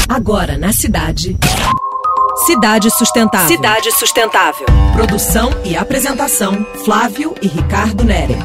Agora na cidade. Cidade Sustentável. Cidade Sustentável. Produção e apresentação, Flávio e Ricardo Nere.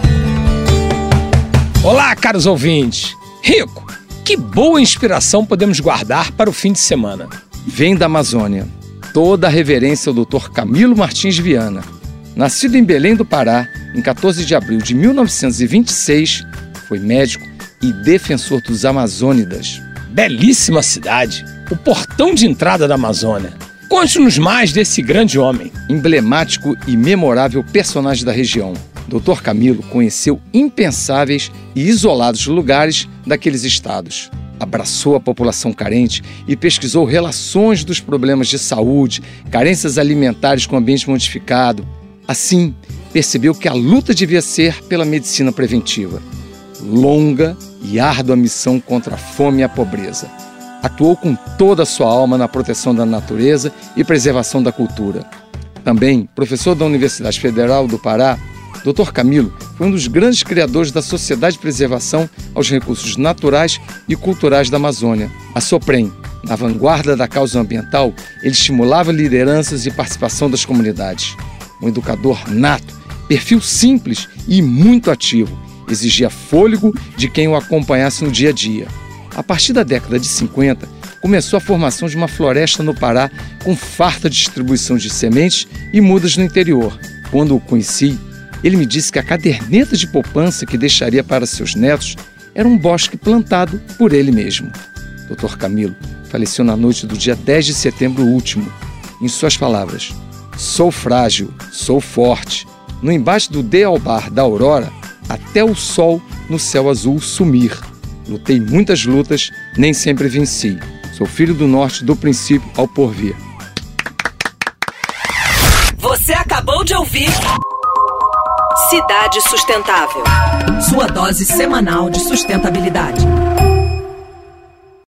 Olá, caros ouvintes. Rico, que boa inspiração podemos guardar para o fim de semana. Vem da Amazônia. Toda a reverência ao Dr. Camilo Martins Viana. Nascido em Belém do Pará, em 14 de abril de 1926, foi médico e defensor dos amazônidas. Belíssima cidade, o portão de entrada da Amazônia. Conte-nos mais desse grande homem. Emblemático e memorável personagem da região. Dr. Camilo conheceu impensáveis e isolados lugares daqueles estados. Abraçou a população carente e pesquisou relações dos problemas de saúde, carências alimentares com ambiente modificado. Assim, percebeu que a luta devia ser pela medicina preventiva. Longa e árdua missão contra a fome e a pobreza. Atuou com toda a sua alma na proteção da natureza e preservação da cultura. Também, professor da Universidade Federal do Pará, Dr. Camilo foi um dos grandes criadores da Sociedade de Preservação aos Recursos Naturais e Culturais da Amazônia, a SOPREM. Na vanguarda da causa ambiental, ele estimulava lideranças e participação das comunidades. Um educador nato, perfil simples e muito ativo, exigia fôlego de quem o acompanhasse no dia a dia. A partir da década de 50, começou a formação de uma floresta no Pará com farta distribuição de sementes e mudas no interior. Quando o conheci, ele me disse que a caderneta de poupança que deixaria para seus netos era um bosque plantado por ele mesmo. Dr. Camilo faleceu na noite do dia 10 de setembro último. Em suas palavras: "Sou frágil, sou forte. No embate do Dealbar da Aurora, até o sol no céu azul sumir. Lutei muitas lutas, nem sempre venci. Sou filho do norte do princípio ao porvir." Você acabou de ouvir Cidade Sustentável. Sua dose semanal de sustentabilidade.